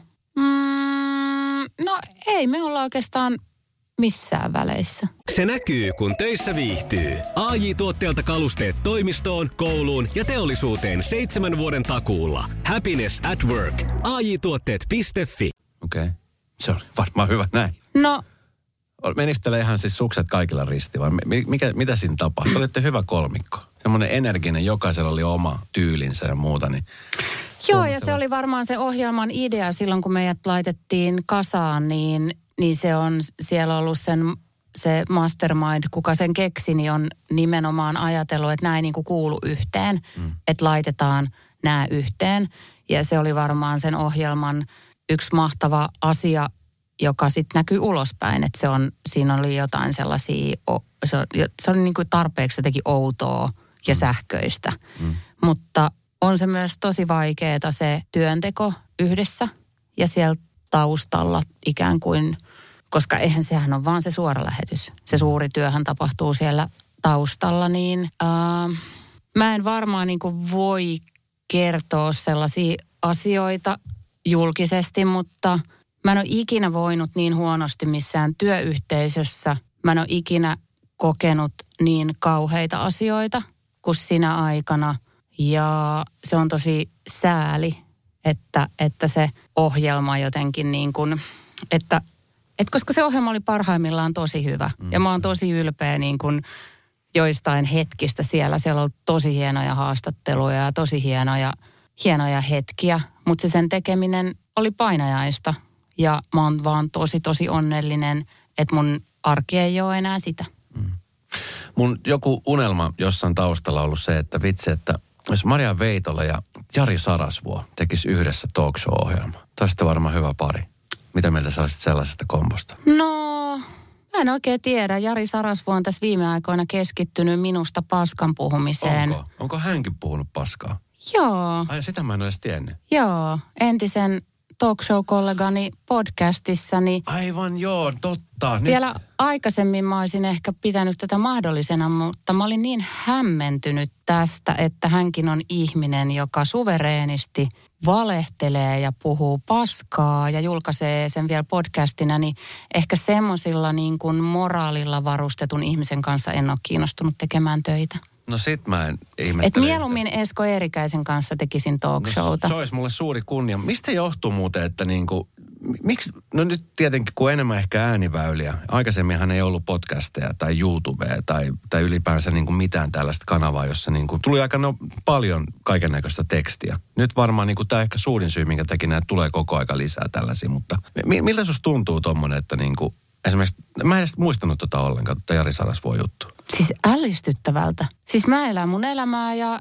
No ei me olla oikeastaan missään väleissä. Se näkyy, kun töissä viihtyy. AJ-tuotteelta kalusteet toimistoon, kouluun ja teollisuuteen 7 vuoden takuulla. Happiness at work. AJ-tuotteet.fi. Okei. Se on varmaan hyvä näin. No. Menikö teille ihan siis sukset kaikilla risti vai mitä siinä tapahtui? Olitte hyvä kolmikko. Semmoinen energinen, jokaisella oli oma tyylinsä ja muuta. Niin Joo, ja se oli varmaan se ohjelman idea silloin, kun meidät laitettiin kasaan, niin se on siellä ollut se mastermind, kuka sen keksi, niin on nimenomaan ajatellut, että näin niin kuin kuulu yhteen, että laitetaan nämä yhteen. Ja se oli varmaan sen ohjelman yksi mahtava asia, joka sitten näkyy ulospäin, että siinä oli jotain sellaisia, se oli niin kuin tarpeeksi jotenkin outoa ja sähköistä. Mutta on se myös tosi vaikeaa se työnteko yhdessä ja siellä taustalla ikään kuin, koska sehän on vaan se suora lähetys. Se suuri työhän tapahtuu siellä taustalla, niin mä en varmaan niin kuin voi kertoa sellaisia asioita julkisesti, mutta mä en ole ikinä voinut niin huonosti missään työyhteisössä. Mä en ole ikinä kokenut niin kauheita asioita kuin sinä aikana. Ja se on tosi sääli, että se ohjelma jotenkin niin kuin, että koska se ohjelma oli parhaimmillaan tosi hyvä. Ja mä oon tosi ylpeä niin kuin joistain hetkistä siellä. Siellä on tosi hienoja haastatteluja ja tosi hienoja hetkiä. Mutta se sen tekeminen oli painajaista. Ja mä oon vaan tosi onnellinen, että mun arki ei ole enää sitä. Mun joku unelma jossain taustalla on ollut se, että vitsi, että jos Maria Veitola ja Jari Sarasvuo tekisi yhdessä talk show-ohjelma. Tämä olisi varmaan hyvä pari. Mitä mieltä sä olisit sellaisesta kombosta? No, mä en oikein tiedä. Jari Sarasvuo on tässä viime aikoina keskittynyt minusta paskan puhumiseen. Onko hänkin puhunut paskaa? Joo. Ai, sitä mä en edes tiennyt. Joo, entisen talk show-kollegani podcastissani. Aivan joo, totta. Vielä aikaisemmin mä olisin ehkä pitänyt tätä mahdollisena, mutta mä olin niin hämmentynyt tästä, että hänkin on ihminen, joka suvereenisti valehtelee ja puhuu paskaa ja julkaisee sen vielä podcastina, niin ehkä semmoisilla niin kuin moraalilla varustetun ihmisen kanssa en ole kiinnostunut tekemään töitä. No sit mä en ihmettele. Että mieluummin Esko Eerikäisen kanssa tekisin talk showta. Se olisi mulle suuri kunnia. Mistä johtuu muuten, että niinku, miksi, no nyt tietenkin kun enemmän ehkä ääniväyliä. Aikaisemminhan ei ollut podcasteja tai YouTubea tai ylipäänsä niinku mitään tällaista kanavaa, jossa niinku tuli aika paljon kaikennäköistä tekstiä. Nyt varmaan niinku tämä ehkä suurin syy, minkä takia näitä tulee koko aika lisää tällaisia, mutta miltä susta tuntuu tommonen, että niinku, esimerkiksi, mä en edes muistanut tota ollenkaan, että Jari Sarasvuo juttu. Siis ällistyttävältä. Siis mä elän mun elämää ja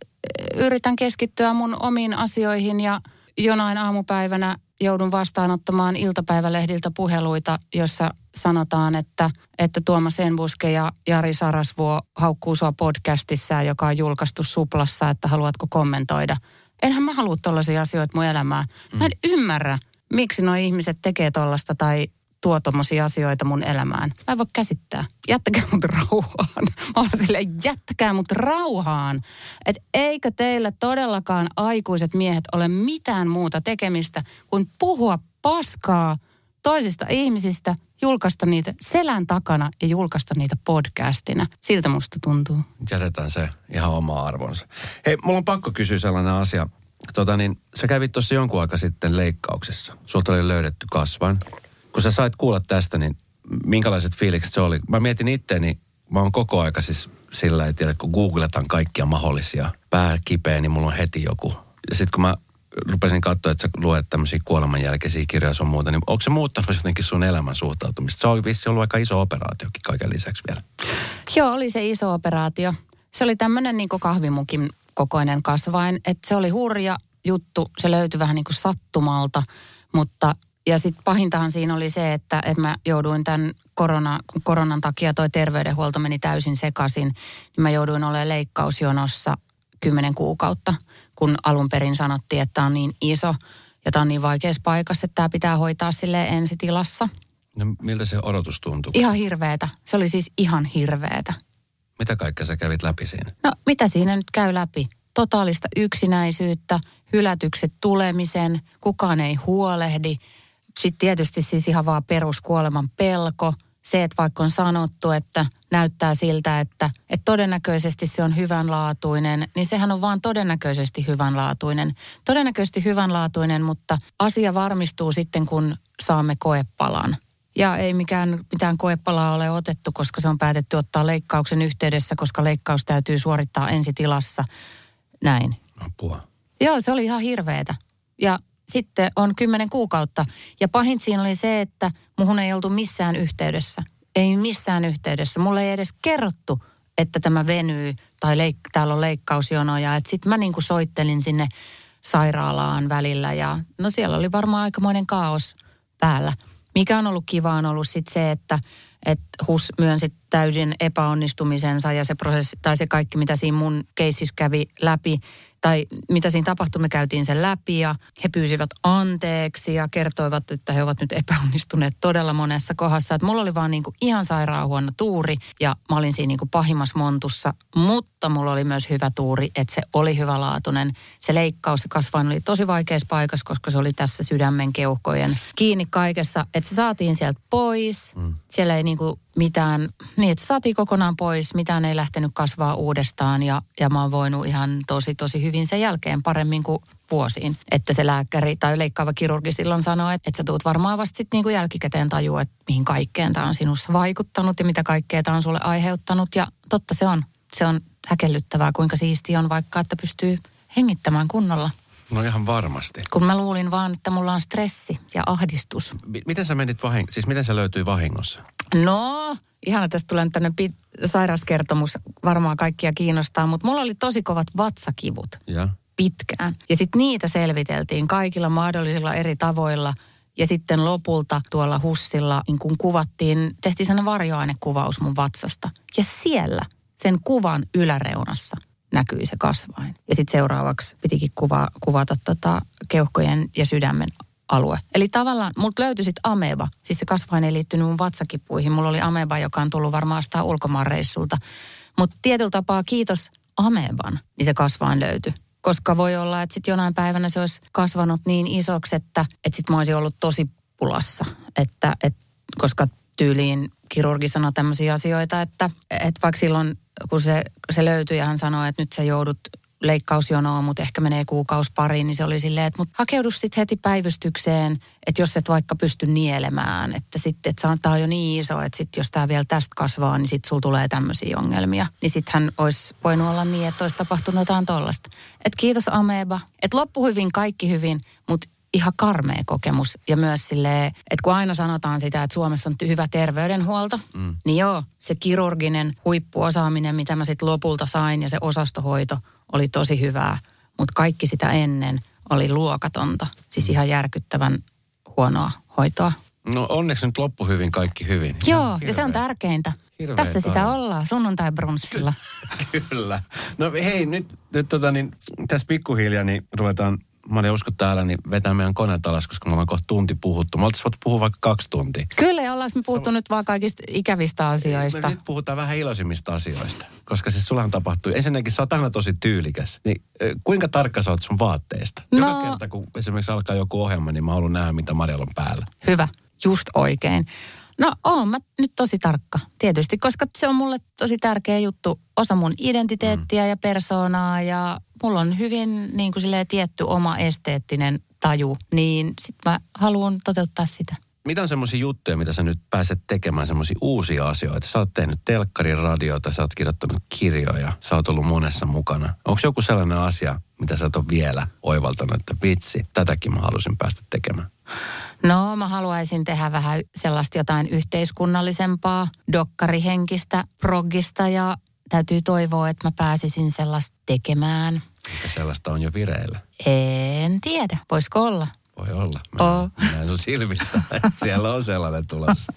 yritän keskittyä mun omiin asioihin ja jonain aamupäivänä joudun vastaanottamaan iltapäivälehdiltä puheluita, jossa sanotaan, että Tuomas Enbuske ja Jari Sarasvuo haukkuu sua podcastissaan, joka on julkaistu Suplassa, että haluatko kommentoida. Enhän mä halua tollaisia asioita mun elämään. Mä en ymmärrä, miksi nuo ihmiset tekee tollasta tai tuo tommosia asioita mun elämään. Mä en voi käsittää. Jättäkää mut rauhaan. Mä oon silleen, jättäkää mut rauhaan. Että eikö teillä todellakaan aikuiset miehet ole mitään muuta tekemistä kuin puhua paskaa toisista ihmisistä, julkaista niitä selän takana ja julkaista niitä podcastina. Siltä musta tuntuu. Jätetään se ihan oma arvonsa. Hei, mulla on pakko kysyä sellainen asia. Sä kävit tuossa jonkun aika sitten leikkauksessa. Sulta oli löydetty kasvain. Kun sä sait kuulla tästä, niin minkälaiset fiilikset se oli? Mä mietin itteeni, mä oon koko aika siis sillä, että kun googletan kaikkia mahdollisia, pää kipeä, niin mulla on heti joku. Ja sitten kun mä rupesin katsoa, että sä luet tämmöisiä kuolemanjälkeisiä kirjoja sun muuta, niin onko se muuttanut jotenkin sun elämän suhtautumista? Se oli vissi ollut aika iso operaatiokin kaiken lisäksi vielä. Joo, oli se iso operaatio. Se oli tämmöinen niin kuin kahvimukin kokoinen kasvain, että se oli hurja juttu. Se löytyi vähän niin kuin sattumalta, mutta ja sitten pahintahan siinä oli se, että mä jouduin tämän koronan takia toi terveydenhuolto meni täysin sekaisin. Niin mä jouduin olemaan leikkausjonossa 10 kuukautta, kun alun perin sanottiin, että tämä on niin iso ja tämä on niin vaikeassa paikassa, että tämä pitää hoitaa silleen ensitilassa. No miltä se odotus tuntui? Ihan hirveetä. Se oli siis ihan hirveetä. Mitä kaikkea sä kävit läpi siinä? No mitä siinä nyt käy läpi? Totaalista yksinäisyyttä, hylätykset tulemisen, kukaan ei huolehdi. Sitten tietysti siis ihan vaan peruskuoleman pelko. Se, että vaikka on sanottu, että näyttää siltä, että todennäköisesti se on hyvänlaatuinen, niin sehän on vaan todennäköisesti hyvänlaatuinen. Todennäköisesti hyvänlaatuinen, mutta asia varmistuu sitten, kun saamme koepalan. Ja ei mitään koepalaa ole otettu, koska se on päätetty ottaa leikkauksen yhteydessä, koska leikkaus täytyy suorittaa ensitilassa. Näin. Apua. Joo, se oli ihan hirveetä. Ja sitten on 10 kuukautta. Ja pahin siinä oli se, että muhun ei oltu missään yhteydessä. Ei missään yhteydessä. Mulle ei edes kerrottu, että tämä venyy tai täällä on leikkausjonoja. Että sitten mä niinku soittelin sinne sairaalaan välillä ja no siellä oli varmaan aikamoinen kaos päällä. Mikä on ollut kiva on ollut sitten se, että HUS myönsi täysin epäonnistumisensa ja se prosessi tai se kaikki, mitä siinä mun keississä kävi läpi tai mitä siinä tapahtui, me käytiin sen läpi ja he pyysivät anteeksi ja kertoivat, että he ovat nyt epäonnistuneet todella monessa kohdassa. Että mulla oli vaan niinku ihan sairaan huono tuuri ja mä olin siinä niinku pahimmassa montussa, mutta mulla oli myös hyvä tuuri, että se oli hyvälaatuinen. Se leikkaus, se kasvain oli tosi vaikeassa paikassa, koska se oli tässä sydämen keuhkojen kiinni kaikessa, että se saatiin sieltä pois. Siellä ei niinku mitään, niin että saatiin kokonaan pois, mitään ei lähtenyt kasvaa uudestaan ja mä oon voinut ihan tosi hyvin sen jälkeen paremmin kuin vuosiin. Että se lääkäri tai leikkaava kirurgi silloin sanoi, että sä tuut varmaan vasta sitten niinku jälkikäteen tajua, että mihin kaikkeen tämä on sinussa vaikuttanut ja mitä kaikkea tämä on sulle aiheuttanut. Ja totta se on. Se on häkellyttävää, kuinka siistiä on vaikka, että pystyy hengittämään kunnolla. No ihan varmasti. Kun mä luulin vaan, että mulla on stressi ja ahdistus. Miten sä menit siis miten se löytyi vahingossa? No, ihana tästä tulee tämmöinen sairauskertomus, varmaan kaikkia kiinnostaa, mutta mulla oli tosi kovat vatsakivut pitkään. Ja sitten niitä selviteltiin kaikilla mahdollisilla eri tavoilla. Ja sitten lopulta tuolla HUSilla niin kun tehtiin sellainen varjoainekuvaus mun vatsasta. Ja siellä sen kuvan yläreunassa näkyi se kasvain. Ja sitten seuraavaksi pitikin kuvata keuhkojen ja sydämen alue. Eli tavallaan multa löytyi sitten ameba. Siis se kasvain ei liittynyt mun vatsakipuihin. Mulla oli ameba, joka on tullut varmaan sitä ulkomaanreissulta. Mutta tietyllä tapaa kiitos ameban, niin se kasvain löytyi. Koska voi olla, että sitten jonain päivänä se olisi kasvanut niin isoksi, että sitten mä olisin ollut tosi pulassa. Koska tyyliin kirurgi sanoi tämmöisiä asioita, että vaikka silloin kun se löytyi ja hän sanoi, että nyt sä joudut leikkausjonoon, mutta ehkä menee kuukausi pariin, niin se oli silleen, että hakeudu sitten heti päivystykseen, että jos et vaikka pysty nielemään, että sitten, että tämä on jo niin iso, että sitten jos tämä vielä tästä kasvaa, niin sitten sulla tulee tämmöisiä ongelmia. Niin sitten hän olisi voinut olla niin, että olisi tapahtunut jotain tollasta. Että kiitos ameba, että loppu hyvin, kaikki hyvin, mutta ihan karmea kokemus. Ja myös silleen, että kun aina sanotaan sitä, että Suomessa on hyvä terveydenhuolto, niin joo, se kirurginen huippuosaaminen, mitä mä sitten lopulta sain ja se osastohoito oli tosi hyvää. Mutta kaikki sitä ennen oli luokatonta. Siis ihan järkyttävän huonoa hoitoa. No onneksi nyt loppu hyvin, kaikki hyvin. Joo, ja se on tärkeintä. Hirveä Tässä sitä ollaan, sunnuntai-brunssilla. Kyllä. No hei, nyt tässä pikkuhiljaa niin ruvetaan, mä olin usko täällä, niin vetää meidän koneet alas, koska me ollaan kohta tunti puhuttu. Me oltaisiin voitu puhua vaikka 2 tuntia. Kyllä, ja ollaanko me puhuttu nyt vaan kaikista ikävistä asioista? Me nyt puhutaan vähän iloisimmista asioista, koska siis sullahan tapahtui. Ensinnäkin sä oot aina tosi tyylikäs. Niin kuinka tarkka sä oot sun vaatteista? No, joka kerta, kun esimerkiksi alkaa joku ohjelma, niin mä haluan nähdä, mitä Marjalla on päällä. Hyvä, just oikein. No oon mä nyt tosi tarkka, tietysti, koska se on mulle tosi tärkeä juttu. Osa mun identiteettiä ja persoonaa ja mulla on hyvin niin kuin silleen tietty oma esteettinen taju, niin sit mä haluan toteuttaa sitä. Mitä on semmoisia juttuja, mitä sä nyt pääset tekemään, semmoisia uusia asioita? Sä oot tehnyt telkkarin radiota, sä oot kirjoittanut kirjoja, sä oot ollut monessa mukana. Onko joku sellainen asia, mitä sä et ole vielä oivaltanut, että vitsi, tätäkin mä halusin päästä tekemään? No, mä haluaisin tehdä vähän sellaista jotain yhteiskunnallisempaa, dokkarihenkistä, proggista ja täytyy toivoa, että mä pääsisin sellaista tekemään. Mikä sellaista on jo vireillä? En tiedä, voisiko olla? Voi olla. Näin sun silmistä, että siellä on sellainen tulossa.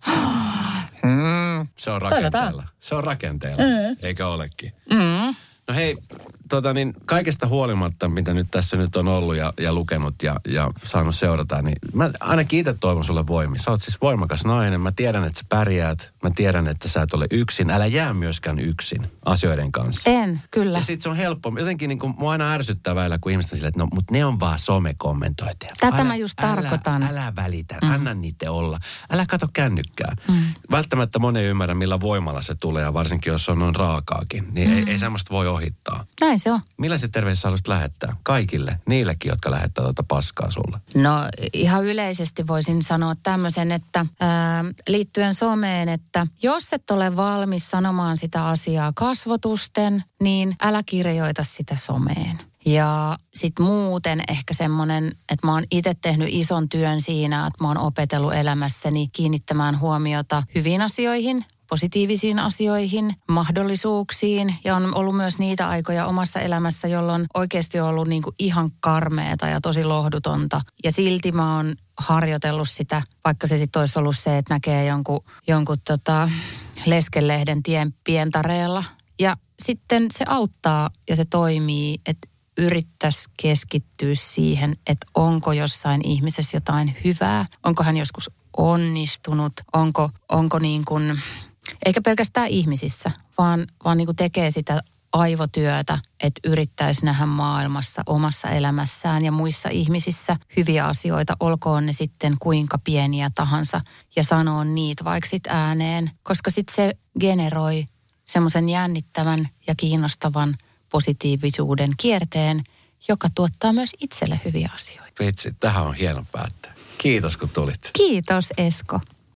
Se on rakenteella. Se on rakenteella, eikä olekin. No hei, kaikesta huolimatta, mitä nyt tässä nyt on ollut ja lukenut ja saanut seurata, niin mä aina kiitän toivon sulle voimia. Sä oot siis voimakas nainen. Mä tiedän, että sä pärjäät. Mä tiedän, että sä et ole yksin. Älä jää myöskään yksin asioiden kanssa. En, kyllä. Ja sit se on helppo. Jotenkin niin kuin mua aina ärsyttää väillä, kun ihmiset on silleen, että no, mutta ne on vaan somekommentointeja. Tätä mä just tarkoitan. Älä välitä, anna niitä olla. Älä kato kännykkää. Välttämättä moni ei ymmärrä, millä voimalla se tulee, ja varsinkin jos on noin raakaakin, niin ei semmoista voi ohittaa. Näin se on. Millaiset terveiset sä haluaisit lähettää? Kaikille, niillekin, jotka lähettää tuota paskaa sulle. No ihan yleisesti voisin sanoa tämmöisen, että liittyen someen, että jos et ole valmis sanomaan sitä asiaa kasvotusten, niin älä kirjoita sitä someen. Ja sitten muuten ehkä semmoinen, että mä oon itse tehnyt ison työn siinä, että mä oon opetellut elämässäni kiinnittämään huomiota hyviin asioihin, positiivisiin asioihin, mahdollisuuksiin. Ja on ollut myös niitä aikoja omassa elämässä, jolloin oikeasti on ollut niinku ihan karmeeta ja tosi lohdutonta. Ja silti mä oon harjoitellut sitä, vaikka se sitten olisi ollut se, että näkee jonkun leskelehden tien pientareella. Ja sitten se auttaa ja se toimii, että yrittäisi keskittyä siihen, että onko jossain ihmisessä jotain hyvää, onko hän joskus onnistunut, onko niin kuin, eikä pelkästään ihmisissä, vaan niin kuin tekee sitä aivotyötä, että yrittäisi nähdä maailmassa, omassa elämässään ja muissa ihmisissä hyviä asioita, olkoon ne sitten kuinka pieniä tahansa, ja sanoo niitä vaikka sit ääneen, koska sitten se generoi semmoisen jännittävän ja kiinnostavan positiivisuuden kierteen, joka tuottaa myös itselle hyviä asioita. Vitsi, tähän on hieno päättää. Kiitos kun tulit. Kiitos Esko.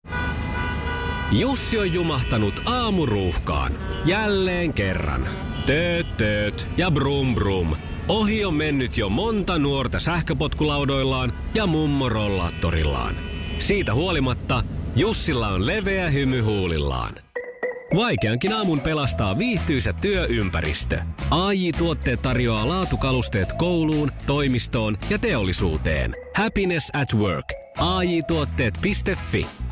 Jussi on jumahtanut aamuruuhkaan. Jälleen kerran. Tööt ja brum brum. Ohi on mennyt jo monta nuorta sähköpotkulaudoillaan ja mummorollaattorillaan. Siitä huolimatta Jussilla on leveä hymy huulillaan. Vaikeankin aamun pelastaa viihtyisä työympäristö. AJ-tuotteet tarjoaa laatukalusteet kouluun, toimistoon ja teollisuuteen. Happiness at work. AJ-tuotteet.fi